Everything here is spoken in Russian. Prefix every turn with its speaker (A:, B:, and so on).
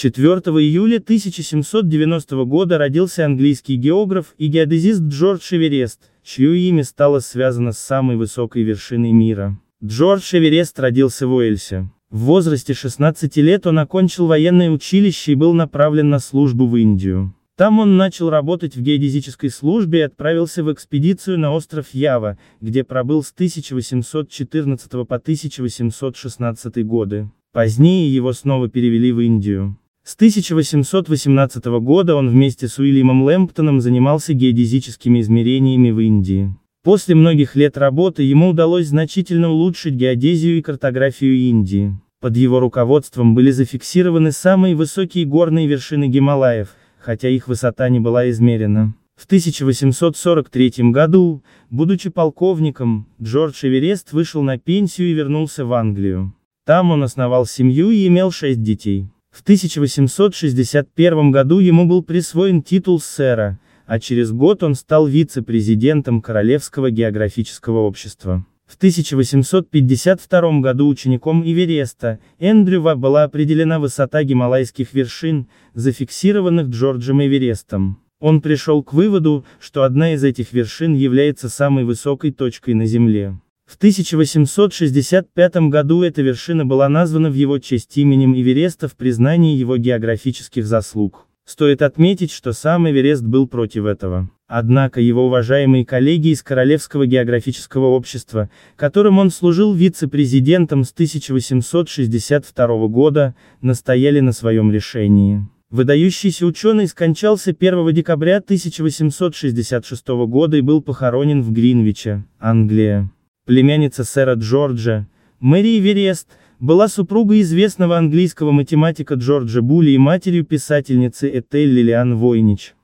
A: 4 июля 1790 года родился английский географ и геодезист Джордж Эверест, чье имя стало связано с самой высокой вершиной мира. Джордж Эверест родился в Уэльсе. В возрасте 16 лет он окончил военное училище и был направлен на службу в Индию. Там он начал работать в геодезической службе и отправился в экспедицию на остров Ява, где пробыл с 1814 по 1816 годы. Позднее его снова перевели в Индию. С 1818 года он вместе с Уильямом Лэмптоном занимался геодезическими измерениями в Индии. После многих лет работы ему удалось значительно улучшить геодезию и картографию Индии. Под его руководством были зафиксированы самые высокие горные вершины Гималаев, хотя их высота не была измерена. В 1843 году, будучи полковником, Джордж Эверест вышел на пенсию и вернулся в Англию. Там он основал семью и имел 6 детей. В 1861 году ему был присвоен титул сэра, а через год он стал вице-президентом Королевского географического общества. В 1852 году учеником Эвереста, Эндрю Ва, была определена высота гималайских вершин, зафиксированных Джорджем Эверестом. Он пришел к выводу, что одна из этих вершин является самой высокой точкой на Земле. В 1865 году эта вершина была названа в его честь именем Эвереста в признании его географических заслуг. Стоит отметить, что сам Эверест был против этого. Однако его уважаемые коллеги из Королевского географического общества, которым он служил вице-президентом с 1862 года, настояли на своем решении. Выдающийся ученый скончался 1 декабря 1866 года и был похоронен в Гринвиче, Англия. Племянница сэра Джорджа, Мэри Эверест, была супругой известного английского математика Джорджа Булли и матерью писательницы Этель Лилиан Войнич.